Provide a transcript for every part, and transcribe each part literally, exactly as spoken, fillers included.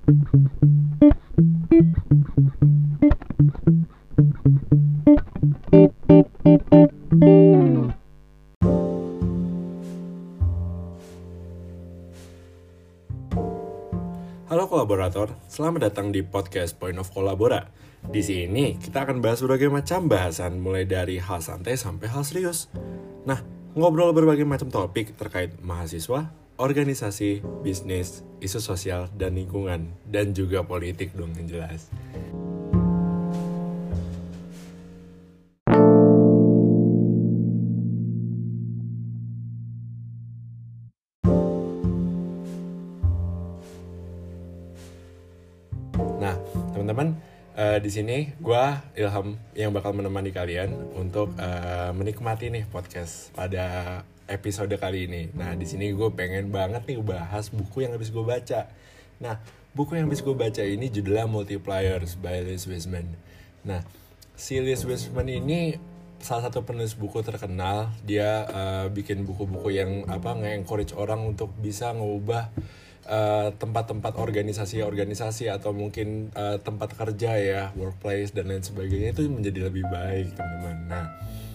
Halo kolaborator, selamat datang di podcast Point of Kolabora. Di sini kita akan bahas berbagai macam bahasan, mulai dari hal santai sampai hal serius. Nah, ngobrol berbagai macam topik terkait mahasiswa, organisasi, bisnis, isu sosial, dan lingkungan, dan juga politik dong yang jelas. Nah, teman-teman, uh, di sini gue Ilham yang bakal menemani kalian untuk uh, menikmati nih podcast pada episode kali ini. Nah, di sini gue pengen banget nih bahas buku yang habis gue baca. Nah, buku yang habis gue baca ini judulnya Multipliers by Liz Wiseman. Nah, si Liz Wiseman ini salah satu penulis buku terkenal. Dia uh, bikin buku-buku yang apa nge-encourage orang untuk bisa ngubah Uh, tempat-tempat organisasi-organisasi atau mungkin uh, tempat kerja ya, workplace dan lain sebagainya itu menjadi lebih baik, teman-teman. Nah,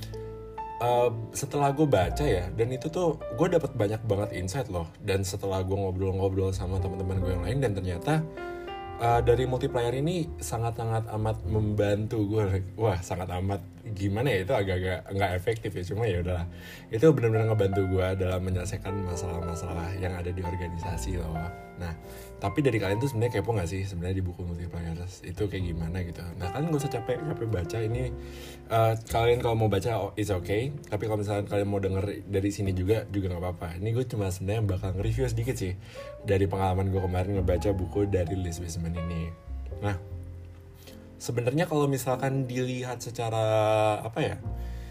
uh, setelah gue baca ya, dan itu tuh gue dapat banyak banget insight loh. Dan setelah gue ngobrol-ngobrol sama teman-teman gue yang lain, dan ternyata uh, dari multiplier ini sangat-sangat amat membantu gue. Wah, sangat amat gimana ya, itu agak-agak nggak efektif ya, cuma ya udahlah, itu benar-benar ngebantu gue dalam menyelesaikan masalah-masalah yang ada di organisasi loh. Nah, tapi dari kalian tuh sebenarnya kepo nggak sih sebenarnya di buku Multipliers itu kayak gimana gitu? Nah, kalian nggak usah capek-capek baca ini. Uh, kalian kalau mau baca oh, it's okay, tapi kalau misalnya kalian mau denger dari sini juga juga nggak apa-apa. Ini gue cuma sebenarnya bakal nge-review sedikit sih dari pengalaman gue kemarin ngebaca buku dari Liz Wiseman ini. Nah, sebenarnya kalau misalkan dilihat secara apa ya,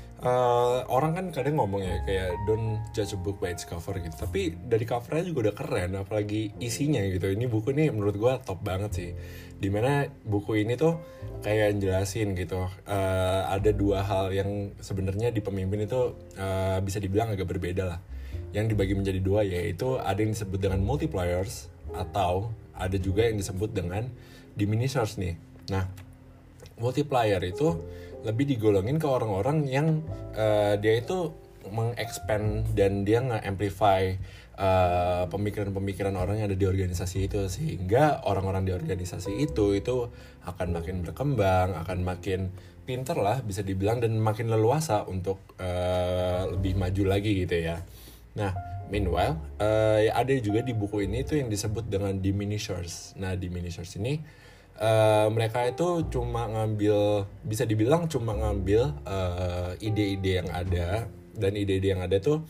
uh, orang kan kadang ngomong ya kayak don't judge a book by its cover gitu. Tapi dari covernya juga udah keren, apalagi isinya gitu. Ini buku nih menurut gue top banget sih. Dimana buku ini tuh kayak jelasin gitu. Uh, ada dua hal yang sebenarnya di pemimpin itu uh, bisa dibilang agak berbeda lah. Yang dibagi menjadi dua, yaitu ada yang disebut dengan multipliers atau ada juga yang disebut dengan diminishers nih. Nah, multiplier itu lebih digolongin ke orang-orang yang uh, dia itu meng-expand dan dia nge-amplify uh, pemikiran-pemikiran orang yang ada di organisasi itu, sehingga orang-orang di organisasi itu itu akan makin berkembang, akan makin pinter lah bisa dibilang, dan makin leluasa untuk uh, lebih maju lagi gitu ya. Nah, meanwhile uh, ada juga di buku ini tuh yang disebut dengan diminishers. Nah, diminishers ini Uh, mereka itu cuma ngambil, bisa dibilang cuma ngambil uh, ide-ide yang ada, dan ide-ide yang ada tuh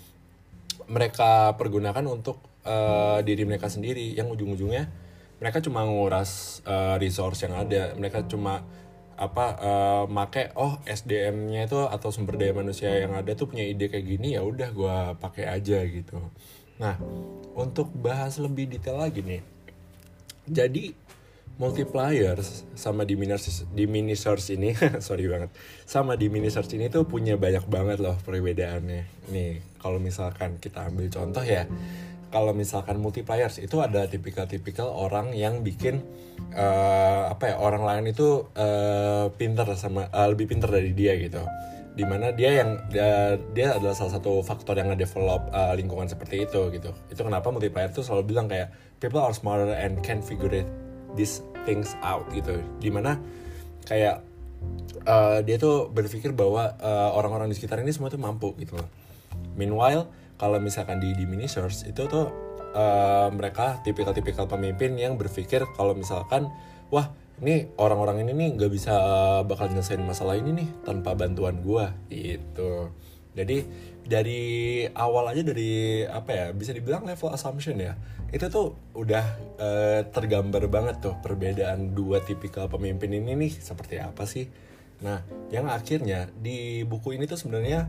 mereka pergunakan untuk uh, diri mereka sendiri, yang ujung-ujungnya mereka cuma nguras uh, resource yang ada. Mereka cuma apa uh, make oh S D M-nya itu atau sumber daya manusia yang ada tuh punya ide kayak gini, ya udah gue pakai aja gitu. Nah, untuk bahas lebih detail lagi nih, jadi multipliers sama diminishers, diminishers ini sorry banget sama diminishers ini tuh punya banyak banget loh perbedaannya. Nih, kalau misalkan kita ambil contoh ya, kalau misalkan multipliers itu ada tipikal-tipikal orang yang bikin uh, apa ya, orang lain itu uh, pintar sama uh, lebih pintar dari dia gitu. Dimana dia yang dia, dia adalah salah satu faktor yang nge-develop uh, lingkungan seperti itu gitu. Itu kenapa multiplier tuh selalu bilang kayak people are smarter and can figure it these things out gitu. Dimana kayak uh, dia tuh berpikir bahwa uh, orang-orang di sekitar ini semua tuh mampu gitu loh. Meanwhile, kalau misalkan di diminishers itu tuh uh, mereka tipikal-tipikal pemimpin yang berpikir kalau misalkan wah, ini orang-orang ini nih nggak bisa uh, bakal nyelesain masalah ini nih tanpa bantuan gua gitu. Jadi dari awal aja, dari apa ya, bisa dibilang level assumption ya, itu tuh udah uh, tergambar banget tuh perbedaan dua tipikal pemimpin ini nih seperti apa sih. Nah, yang akhirnya di buku ini tuh sebenarnya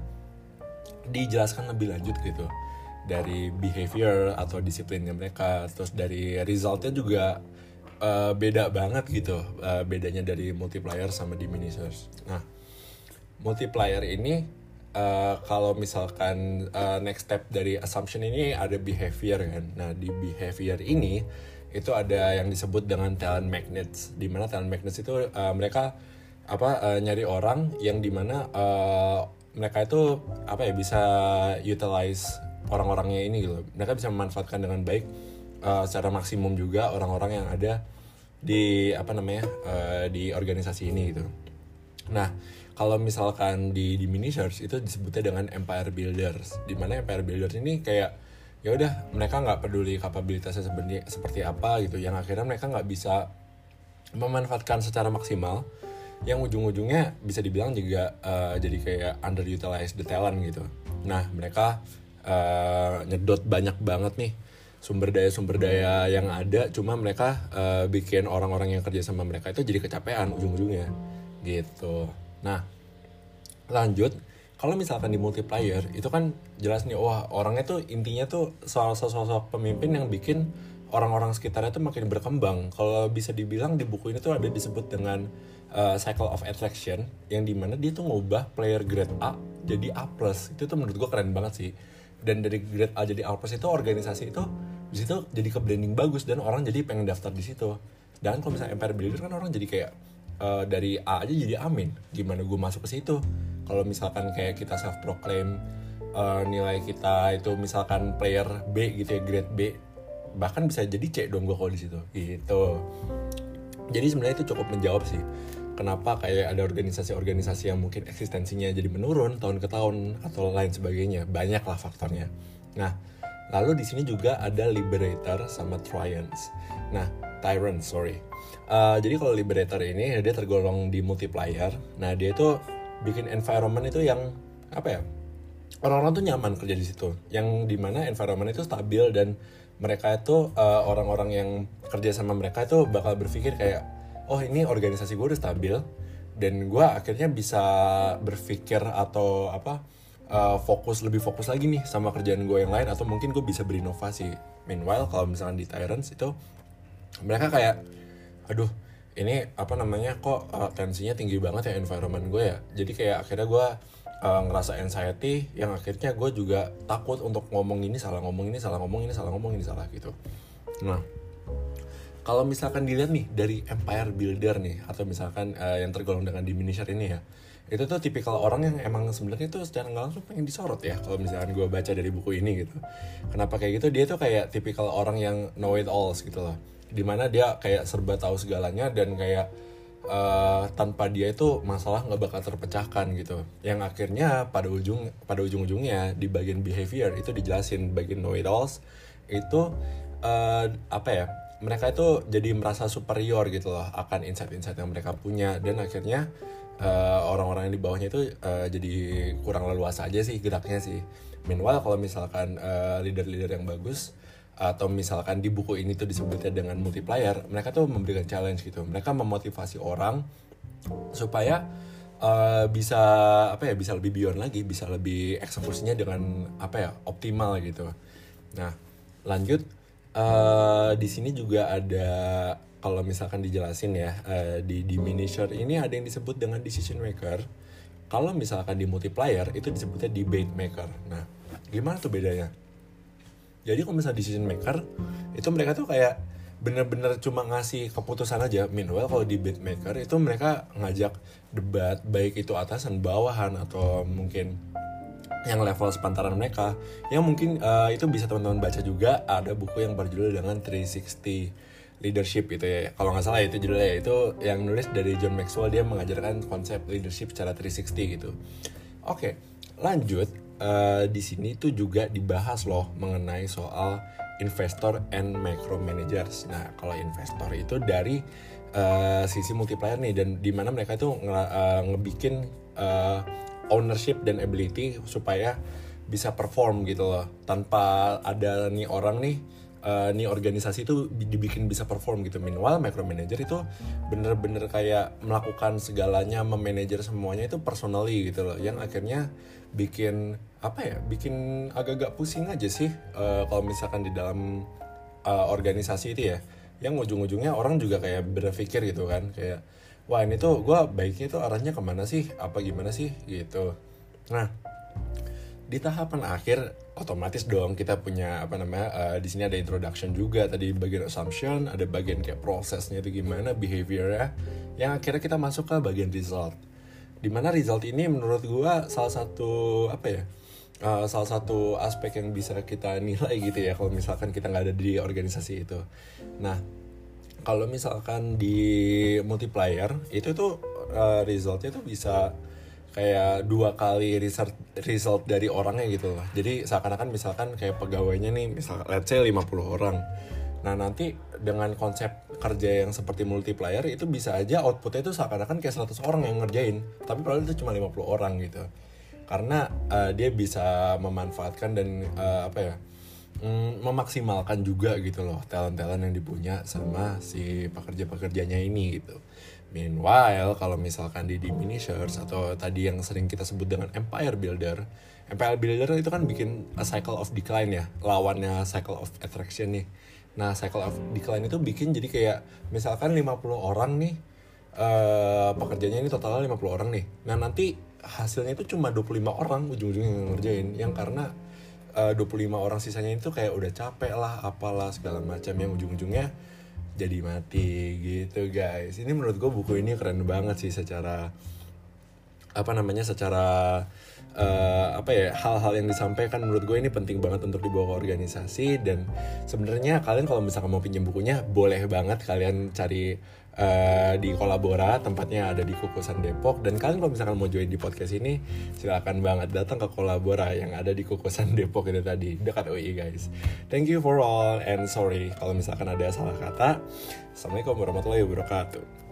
dijelaskan lebih lanjut gitu, dari behavior atau disiplinnya mereka, terus dari resultnya juga uh, beda banget gitu, uh, bedanya dari multiplier sama diminishers. Nah, multiplier ini Uh, kalau misalkan uh, next step dari assumption ini ada behavior kan. Nah, di behavior ini itu ada yang disebut dengan talent magnets. Di mana talent magnets itu uh, mereka apa uh, nyari orang yang dimana uh, mereka itu apa ya bisa utilize orang-orangnya ini gitu. Mereka bisa memanfaatkan dengan baik uh, secara maksimum juga orang-orang yang ada di apa namanya uh, di organisasi ini gitu. Nah, kalau misalkan di diminishers itu disebutnya dengan empire builders. Di mana empire builders ini kayak ya udah mereka nggak peduli kapabilitasnya sebenarnya seperti apa gitu. Yang akhirnya mereka nggak bisa memanfaatkan secara maksimal, yang ujung-ujungnya bisa dibilang juga uh, jadi kayak underutilized the talent gitu. Nah, mereka uh, nyedot banyak banget nih sumber daya-sumber daya yang ada, cuma mereka uh, bikin orang-orang yang kerja sama mereka itu jadi kecapean ujung-ujungnya gitu. Nah, lanjut, kalau misalkan di multiplayer itu kan jelas nih, wah orangnya tuh intinya tuh soal sosok pemimpin yang bikin orang-orang sekitarnya tuh makin berkembang. Kalau bisa dibilang di buku ini tuh ada disebut dengan uh, cycle of attraction, yang dimana dia tuh ngubah player grade A jadi A plus. Itu tuh menurut gue keren banget sih. Dan dari grade A jadi A plus itu organisasi itu di situ jadi ke branding bagus dan orang jadi pengen daftar di situ. Dan kalau misalnya empire builder kan orang jadi kayak uh, dari A aja jadi amin. Gimana gue masuk ke situ? Kalau misalkan kayak kita self proclaim uh, nilai kita itu misalkan player B gitu ya, grade B, bahkan bisa jadi C dong gue kalau di situ gitu. Jadi sebenarnya itu cukup menjawab sih kenapa kayak ada organisasi-organisasi yang mungkin eksistensinya jadi menurun tahun ke tahun atau lain sebagainya. Banyak lah faktornya. Nah, lalu di sini juga ada liberator sama tyrants. Nah, tyrant sorry. Uh, jadi kalau liberator ini dia tergolong di multiplayer. Nah, dia itu bikin environment itu yang apa ya? Orang-orang tuh nyaman kerja di situ. Yang dimana environment itu stabil dan mereka itu uh, orang-orang yang kerja sama mereka itu bakal berpikir kayak, oh ini organisasi gue udah stabil dan gue akhirnya bisa berpikir atau apa uh, fokus lebih fokus lagi nih sama kerjaan gue yang lain, atau mungkin gue bisa berinovasi. Meanwhile kalau misalkan di tyrants itu mereka kayak, aduh ini apa namanya kok uh, tensinya tinggi banget ya environment gue ya. Jadi kayak akhirnya gue uh, ngerasa anxiety, yang akhirnya gue juga takut untuk ngomong ini salah, ngomong ini salah, ngomong ini salah, ngomong ini salah gitu. Nah, kalau misalkan dilihat nih dari empire builder nih, atau misalkan uh, yang tergolong dengan diminisher ini ya, itu tuh tipikal orang yang emang sebenarnya tuh secara nggak langsung pengen disorot ya. Kalau misalkan gue baca dari buku ini gitu, kenapa kayak gitu? Dia tuh kayak tipikal orang yang know it alls gitu loh, dimana dia kayak serba tahu segalanya dan kayak uh, tanpa dia itu masalah nggak bakal terpecahkan gitu. Yang akhirnya pada ujung pada ujung-ujungnya di bagian behavior itu dijelasin bagian know it alls itu uh, apa ya? Mereka itu jadi merasa superior gitu loh akan insight-insight yang mereka punya, dan akhirnya uh, orang-orang yang di bawahnya itu uh, jadi kurang leluasa aja sih geraknya sih. Meanwhile kalau misalkan uh, leader-leader yang bagus, atau misalkan di buku ini tuh disebutnya dengan multiplier, mereka tuh memberikan challenge gitu. Mereka memotivasi orang supaya uh, bisa apa ya, bisa lebih beyond lagi, bisa lebih eksekusinya dengan apa ya, optimal gitu. Nah, lanjut uh, di sini juga ada, kalau misalkan dijelasin ya, uh, di diminisher ini ada yang disebut dengan decision maker. Kalau misalkan di multiplier itu disebutnya debate maker. Nah, gimana tuh bedanya? Jadi kalau misalnya decision maker itu mereka tuh kayak bener-bener cuma ngasih keputusan aja. Meanwhile kalau debate maker itu mereka ngajak debat, baik itu atasan, bawahan, atau mungkin yang level sepantaran mereka, yang mungkin uh, itu bisa teman-teman baca juga. Ada buku yang berjudul dengan three sixty leadership itu ya, kalau nggak salah itu judulnya. Itu yang nulis dari John Maxwell, dia mengajarkan konsep leadership secara three sixty gitu. Oke, lanjut. Uh, di sini tuh juga dibahas loh mengenai soal investor and micromanagers. Nah, kalau investor itu dari uh, sisi multiplier nih, dan di mana mereka itu nge- uh, ngebikin uh, ownership dan ability supaya bisa perform gitu loh, tanpa ada nih orang nih uh, nih organisasi itu dibikin bisa perform gitu. Meanwhile micromanager itu bener-bener kayak melakukan segalanya, memanajer semuanya itu personally gitu loh, yang akhirnya bikin apa ya, bikin agak-agak pusing aja sih uh, kalau misalkan di dalam uh, organisasi itu ya, yang ujung-ujungnya orang juga kayak berpikir gitu kan, kayak wah ini tuh gue baiknya tuh arahnya kemana sih, apa gimana sih gitu. Nah, di tahapan akhir otomatis dong kita punya apa namanya uh, di sini ada introduction juga, tadi bagian assumption, ada bagian kayak prosesnya itu gimana, behaviornya, yang akhirnya kita masuk ke bagian result. Dimana result ini menurut gua salah satu apa ya uh, salah satu aspek yang bisa kita nilai gitu ya kalau misalkan kita nggak ada di organisasi itu. Nah kalau misalkan di multiplier itu tuh uh, resultnya tuh bisa kayak dua kali result result dari orangnya gitu loh. Jadi seakan-akan misalkan kayak pegawainya nih, misal let's say lima puluh orang. Nah nanti dengan konsep kerja yang seperti multiplier itu bisa aja outputnya itu seakan-akan kayak seratus orang yang ngerjain, tapi padahal itu cuma lima puluh orang gitu. Karena uh, dia bisa memanfaatkan dan uh, apa ya mm, memaksimalkan juga gitu loh talent-talent yang dipunya sama si pekerja-pekerjanya ini gitu. Meanwhile, kalau misalkan di diminishers atau tadi yang sering kita sebut dengan empire builder, empire builder itu kan bikin a cycle of decline ya, lawannya cycle of attraction nih. Nah, cycle of decline itu bikin jadi kayak misalkan lima puluh orang nih, uh, pekerjanya ini totalnya lima puluh orang nih. Nah, nanti hasilnya itu cuma dua puluh lima orang ujung-ujungnya yang ngerjain, yang karena uh, dua puluh lima orang sisanya itu kayak udah capek lah, apalah segala macam, yang ujung-ujungnya jadi mati gitu guys. Ini menurut gue buku ini keren banget sih secara apa namanya secara uh, apa ya hal-hal yang disampaikan menurut gue ini penting banget untuk dibawa ke organisasi. Dan sebenarnya kalian kalau misalkan mau pinjam bukunya boleh banget kalian cari uh, di Kolabora, tempatnya ada di Kukusan Depok. Dan kalian kalau misalkan mau join di podcast ini silakan banget datang ke Kolabora yang ada di Kukusan Depok itu tadi, dekat U I guys. Thank you for all and sorry kalau misalkan ada salah kata. Assalamualaikum warahmatullahi wabarakatuh.